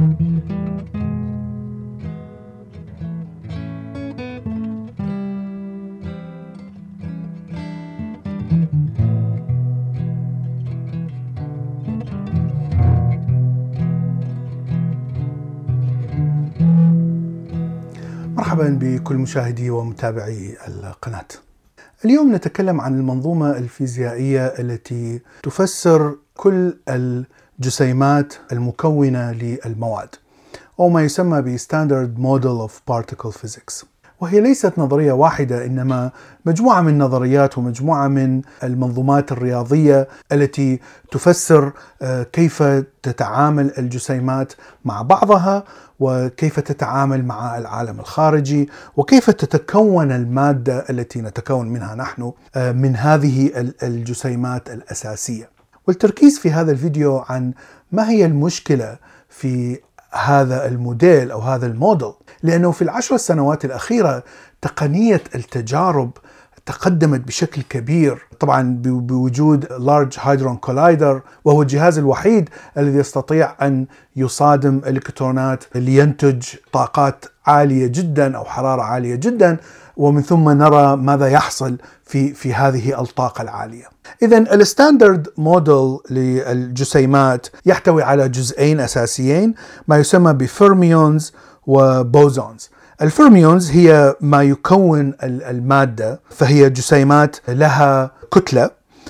مرحبا بكل مشاهدي ومتابعي القناة. اليوم نتكلم عن المنظومة الفيزيائية التي تفسر كل الجسيمات المكونة للمواد، أو ما يسمى ب Standard Model of Particle Physics. وهي ليست نظرية واحدة، إنما مجموعة من النظريات ومجموعة من المنظومات الرياضية التي تفسر كيف تتعامل الجسيمات مع بعضها، وكيف تتعامل مع العالم الخارجي، وكيف تتكون المادة التي نتكون منها نحن من هذه الجسيمات الأساسية. والتركيز في هذا الفيديو عن ما هي المشكلة في هذا الموديل أو هذا الموديل، لأنه في 10 سنوات الأخيرة تقنية التجارب تقدمت بشكل كبير، طبعا بوجود Large Hadron Collider، وهو الجهاز الوحيد الذي يستطيع أن يصادم الإلكترونات لينتج طاقات عالية جدا أو حرارة عالية جدا، ومن ثم نرى ماذا يحصل في هذه الطاقة العالية. إذن الستاندرد موديل للجسيمات يحتوي على جزئين أساسيين، ما يسمى بفيرميونز وبوزونز. الفيرميونز هي ما يكون المادة، فهي جسيمات لها كتلة،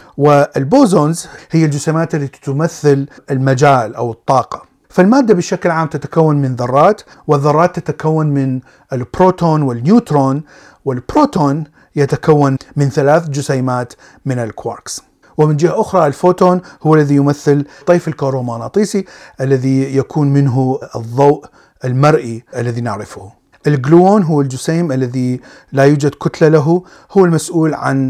والبوزونز هي الجسيمات التي تمثل المجال أو الطاقة. فالمادة بشكل عام تتكون من ذرات، والذرات تتكون من البروتون والنيوترون، والبروتون يتكون من 3 جسيمات من الكواركس. ومن جهة أخرى الفوتون هو الذي يمثل الطيف الكهرومغناطيسي الذي يكون منه الضوء المرئي الذي نعرفه. الجلوون هو الجسيم الذي لا يوجد كتلة له، هو المسؤول عن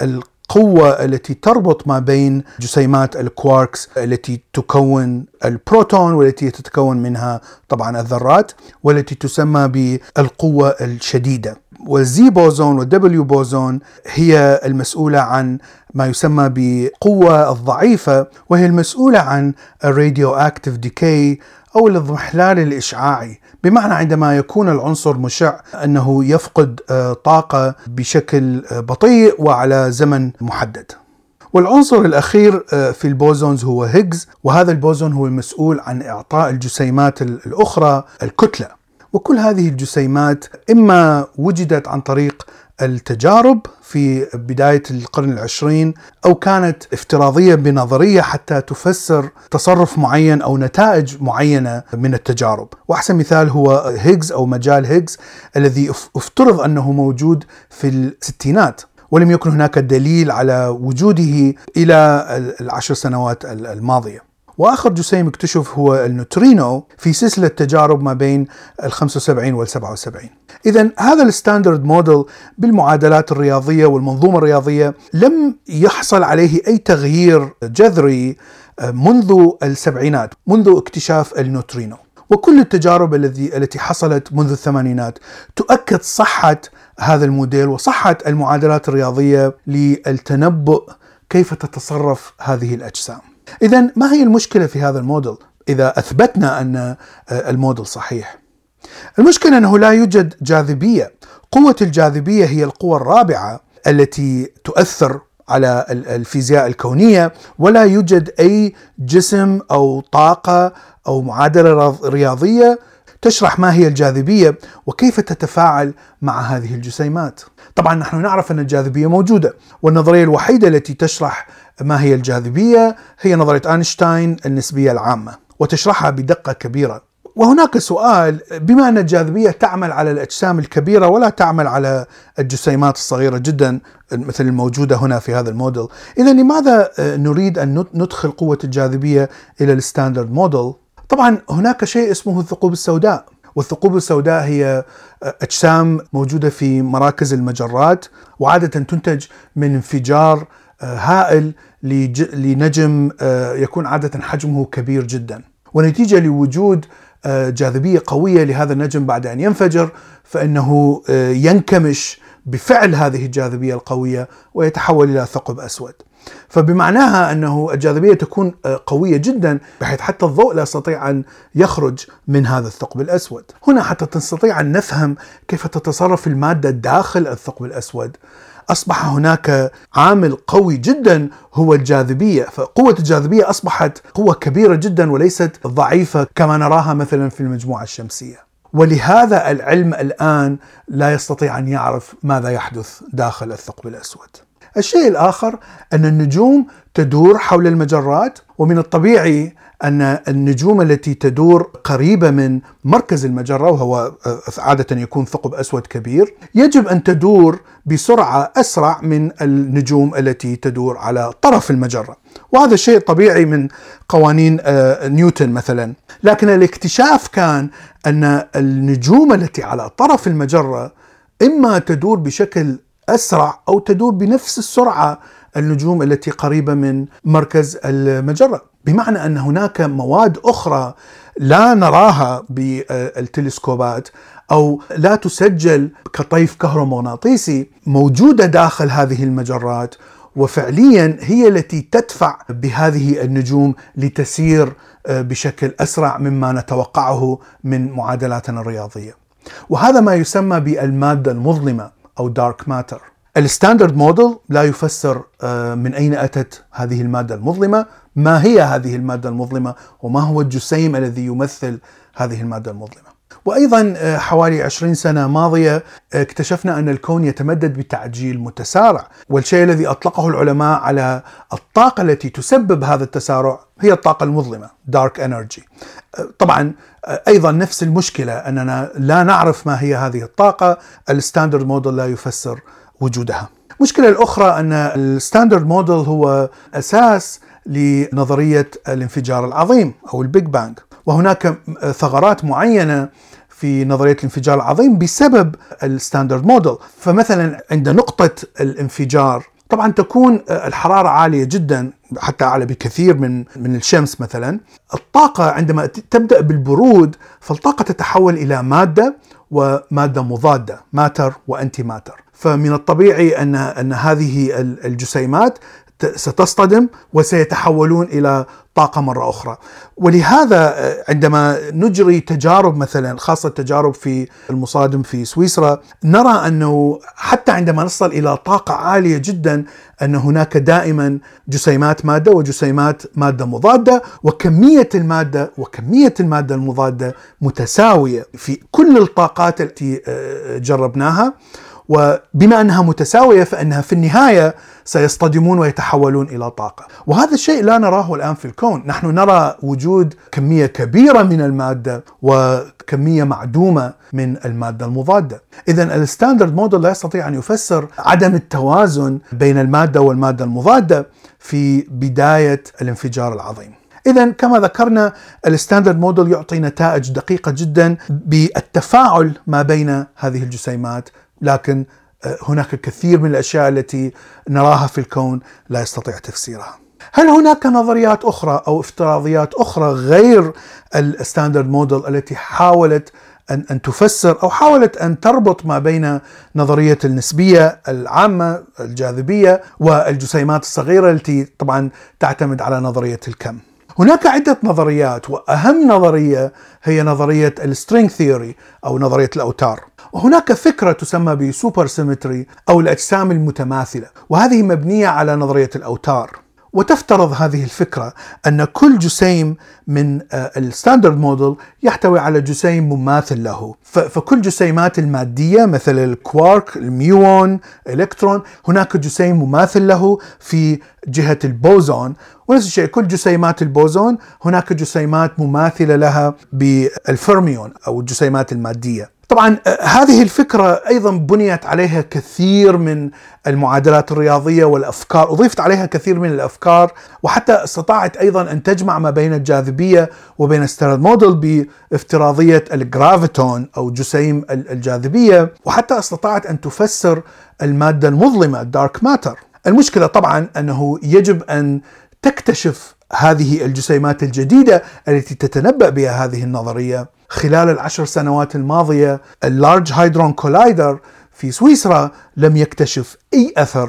القوة التي تربط ما بين جسيمات الكواركس التي تكون البروتون، والتي تتكون منها طبعا الذرات، والتي تسمى بالقوة الشديدة. والزي بوزون والدبليو بوزون هي المسؤولة عن ما يسمى بقوة الضعيفة، وهي المسؤولة عن الراديو اكتيف ديكاي أو الاضمحلال الإشعاعي، بمعنى عندما يكون العنصر مشع أنه يفقد طاقة بشكل بطيء وعلى زمن محدد. والعنصر الأخير في البوزونز هو هيجز، وهذا البوزون هو المسؤول عن إعطاء الجسيمات الأخرى الكتلة. وكل هذه الجسيمات إما وجدت عن طريق التجارب في بداية القرن العشرين، أو كانت افتراضية بنظرية حتى تفسر تصرف معين أو نتائج معينة من التجارب. وأحسن مثال هو هيجز أو مجال هيجز الذي افترض أنه موجود في الستينات، ولم يكن هناك دليل على وجوده إلى 10 سنوات الماضية. وآخر جسيم اكتشف هو النوترينو في سلسلة تجارب ما بين 75 وال77. إذن هذا الستاندرد موديل بالمعادلات الرياضية والمنظومة الرياضية لم يحصل عليه أي تغيير جذري منذ السبعينات، منذ اكتشاف النوترينو. وكل التجارب التي حصلت منذ الثمانينات تؤكد صحة هذا الموديل وصحة المعادلات الرياضية للتنبؤ كيف تتصرف هذه الأجسام. إذن ما هي المشكلة في هذا الموديل إذا أثبتنا أن الموديل صحيح؟ المشكلة أنه لا يوجد جاذبية. قوة الجاذبية هي القوة الرابعة التي تؤثر على الفيزياء الكونية، ولا يوجد أي جسم أو طاقة أو معادلة رياضية تشرح ما هي الجاذبية وكيف تتفاعل مع هذه الجسيمات. طبعا نحن نعرف أن الجاذبية موجودة، والنظرية الوحيدة التي تشرح ما هي الجاذبية هي نظرية أينشتاين النسبية العامة، وتشرحها بدقة كبيرة. وهناك سؤال، بما أن الجاذبية تعمل على الأجسام الكبيرة ولا تعمل على الجسيمات الصغيرة جدا مثل الموجودة هنا في هذا الموديل، إذا لماذا نريد أن ندخل قوة الجاذبية إلى الستاندرد موديل؟ طبعا هناك شيء اسمه الثقوب السوداء، والثقوب السوداء هي أجسام موجودة في مراكز المجرات، وعادة تنتج من انفجار هائل لنجم يكون عادة حجمه كبير جدا، ونتيجة لوجود جاذبية قوية لهذا النجم بعد أن ينفجر، فإنه ينكمش بفعل هذه الجاذبية القوية ويتحول إلى ثقب أسود. فبمعناها أنه الجاذبية تكون قوية جدا بحيث حتى الضوء لا يستطيع أن يخرج من هذا الثقب الأسود. هنا حتى نستطيع أن نفهم كيف تتصرف المادة داخل الثقب الأسود أصبح هناك عامل قوي جدا هو الجاذبية، فقوة الجاذبية أصبحت قوة كبيرة جدا وليست ضعيفة كما نراها مثلا في المجموعة الشمسية. ولهذا العلم الآن لا يستطيع أن يعرف ماذا يحدث داخل الثقب الأسود. الشيء الآخر أن النجوم تدور حول المجرات، ومن الطبيعي أن النجوم التي تدور قريبة من مركز المجرة، وهو عادة يكون ثقب أسود كبير، يجب أن تدور بسرعة أسرع من النجوم التي تدور على طرف المجرة، وهذا شيء طبيعي من قوانين نيوتن مثلا. لكن الاكتشاف كان أن النجوم التي على طرف المجرة إما تدور بشكل أسرع أو تدور بنفس السرعة النجوم التي قريبة من مركز المجرة، بمعنى أن هناك مواد أخرى لا نراها بالتلسكوبات أو لا تسجل كطيف كهرومغناطيسي موجودة داخل هذه المجرات، وفعليا هي التي تدفع بهذه النجوم لتسير بشكل أسرع مما نتوقعه من معادلاتنا الرياضية. وهذا ما يسمى بالمادة المظلمة أو دارك ماتر. الستاندرد موديل لا يفسر من أين أتت هذه المادة المظلمة، ما هي هذه المادة المظلمة، وما هو الجسيم الذي يمثل هذه المادة المظلمة. وأيضا حوالي 20 سنة ماضية اكتشفنا أن الكون يتمدد بتعجيل متسارع، والشيء الذي أطلقه العلماء على الطاقة التي تسبب هذا التسارع هي الطاقة المظلمة Dark Energy. طبعا أيضا نفس المشكلة أننا لا نعرف ما هي هذه الطاقة، الستاندرد موديل لا يفسر وجودها. المشكلة الأخرى أن الستاندرد موديل هو أساس لنظرية الانفجار العظيم أو البيج بانج، وهناك ثغرات معينة في نظرية الانفجار العظيم بسبب الستاندرد موديل. فمثلا عند نقطة الانفجار طبعا تكون الحرارة عالية جدا، حتى أعلى بكثير من الشمس مثلا. الطاقة عندما تبدأ بالبرود فالطاقة تتحول إلى مادة ومادة مضادة، ماتر وأنتي ماتر. فمن الطبيعي أن هذه الجسيمات ستصطدم وسيتحولون إلى طاقة مرة أخرى. ولهذا عندما نجري تجارب مثلا، خاصة تجارب في المصادم في سويسرا، نرى أنه حتى عندما نصل إلى طاقة عالية جدا أن هناك دائما جسيمات مادة وجسيمات مادة مضادة، وكمية المادة المضادة متساوية في كل الطاقات التي جربناها. وبما أنها متساوية فإنها في النهاية سيصطدمون ويتحولون إلى طاقة. وهذا الشيء لا نراه الآن في الكون. نحن نرى وجود كمية كبيرة من المادة وكمية معدومة من المادة المضادة. إذن الستاندرد موديل لا يستطيع أن يفسر عدم التوازن بين المادة والمادة المضادة في بداية الانفجار العظيم. إذن كما ذكرنا الستاندرد موديل يعطي نتائج دقيقة جدا بالتفاعل ما بين هذه الجسيمات، لكن هناك كثير من الأشياء التي نراها في الكون لا يستطيع تفسيرها. هل هناك نظريات أخرى أو افتراضيات أخرى غير الستاندرد موديل التي حاولت أن تفسر أو حاولت أن تربط ما بين نظرية النسبية العامة الجاذبية والجسيمات الصغيرة التي طبعا تعتمد على نظرية الكم؟ هناك عدة نظريات، وأهم نظرية هي نظرية السترينج ثيوري أو نظرية الأوتار. وهناك فكرة تسمى بسوبر سيمتري أو الأجسام المتماثلة، وهذه مبنية على نظرية الأوتار. وتفترض هذه الفكرة أن كل جسيم من الستاندرد موديل يحتوي على جسيم مماثل له. فكل جسيمات المادية مثل الكوارك، الميوون، الإلكترون، هناك جسيم مماثل له في جهة البوزون، ونفس الشيء كل جسيمات البوزون هناك جسيمات مماثلة لها بالفيرميون أو الجسيمات المادية. طبعا هذه الفكرة أيضا بنيت عليها كثير من المعادلات الرياضية والأفكار، أضيفت عليها كثير من الأفكار، وحتى استطاعت أيضا أن تجمع ما بين الجاذبية وبين الستاندرد موديل بافتراضية الجرافيتون أو جسيم الجاذبية، وحتى استطاعت أن تفسر المادة المظلمة الدارك ماتر. المشكلة طبعا أنه يجب أن تكتشف هذه الجسيمات الجديدة التي تتنبأ بها هذه النظرية. خلال 10 سنوات الماضية اللارج هايدرون كولايدر في سويسرا لم يكتشف أي أثر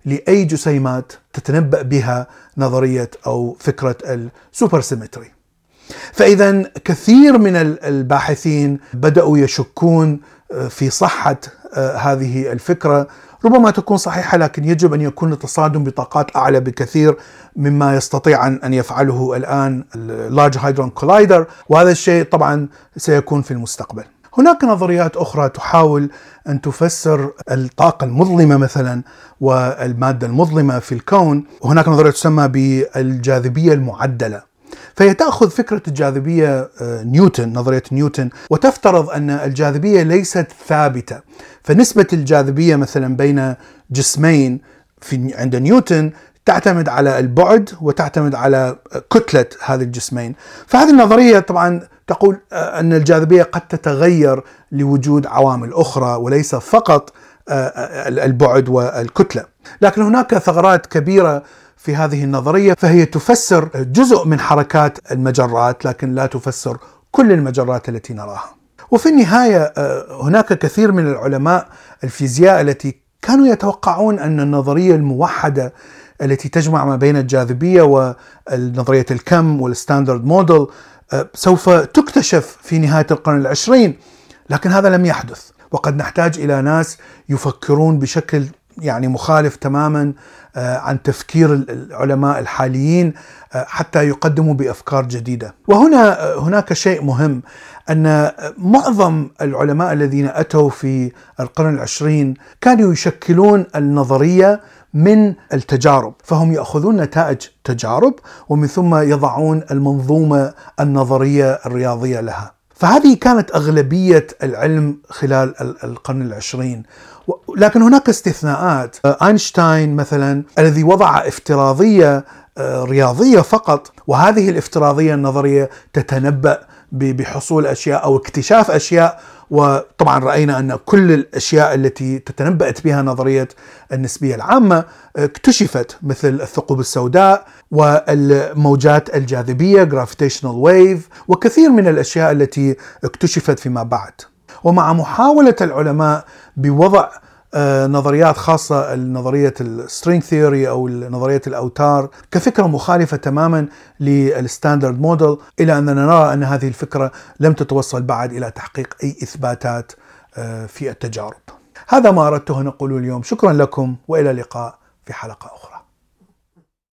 لأي جسيمات تتنبأ بها نظرية أو فكرة السوبر سيمتري. فإذا كثير من الباحثين بدأوا يشكون في صحة هذه الفكرة. ربما تكون صحيحة، لكن يجب أن يكون التصادم بطاقات أعلى بكثير مما يستطيع أن يفعله الآن Large Hadron Collider، وهذا الشيء طبعا سيكون في المستقبل. هناك نظريات أخرى تحاول أن تفسر الطاقة المظلمة مثلا والمادة المظلمة في الكون، وهناك نظرية تسمى بالجاذبية المعدلة. فهي تأخذ فكرة الجاذبية نيوتن، نظرية نيوتن، وتفترض أن الجاذبية ليست ثابتة. فنسبة الجاذبية مثلا بين جسمين عند نيوتن تعتمد على البعد وتعتمد على كتلة هذه الجسمين. فهذه النظرية طبعا تقول أن الجاذبية قد تتغير لوجود عوامل أخرى وليس فقط البعد والكتلة. لكن هناك ثغرات كبيرة في هذه النظرية، فهي تفسر جزء من حركات المجرات لكن لا تفسر كل المجرات التي نراها. وفي النهاية هناك كثير من العلماء الفيزياء التي كانوا يتوقعون أن النظرية الموحدة التي تجمع ما بين الجاذبية ونظرية الكم والستاندرد موديل سوف تكتشف في نهاية القرن العشرين، لكن هذا لم يحدث. وقد نحتاج إلى ناس يفكرون بشكل مخالف تماما عن تفكير العلماء الحاليين حتى يقدموا بأفكار جديدة. هناك شيء مهم، أن معظم العلماء الذين أتوا في القرن العشرين كانوا يشكلون النظرية من التجارب، فهم يأخذون نتائج تجارب ومن ثم يضعون المنظومة النظرية الرياضية لها. فهذه كانت أغلبية العلم خلال القرن العشرين. لكن هناك استثناءات. أينشتاين مثلا الذي وضع افتراضية رياضية فقط، وهذه الافتراضية النظرية تتنبأ بحصول أشياء أو اكتشاف أشياء. وطبعا رأينا أن كل الأشياء التي تتنبأت بها نظرية النسبية العامة اكتشفت، مثل الثقوب السوداء والموجات الجاذبية gravitational wave وكثير من الأشياء التي اكتشفت فيما بعد. ومع محاولة العلماء بوضع نظريات خاصة، نظرية السترينج ثيوري أو نظرية الأوتار كفكرة مخالفة تماما للستاندرد موديل، إلى أننا نرى أن هذه الفكرة لم تتوصل بعد إلى تحقيق أي إثباتات في التجارب. هذا ما أردته أن أقوله اليوم. شكرا لكم وإلى اللقاء في حلقة أخرى.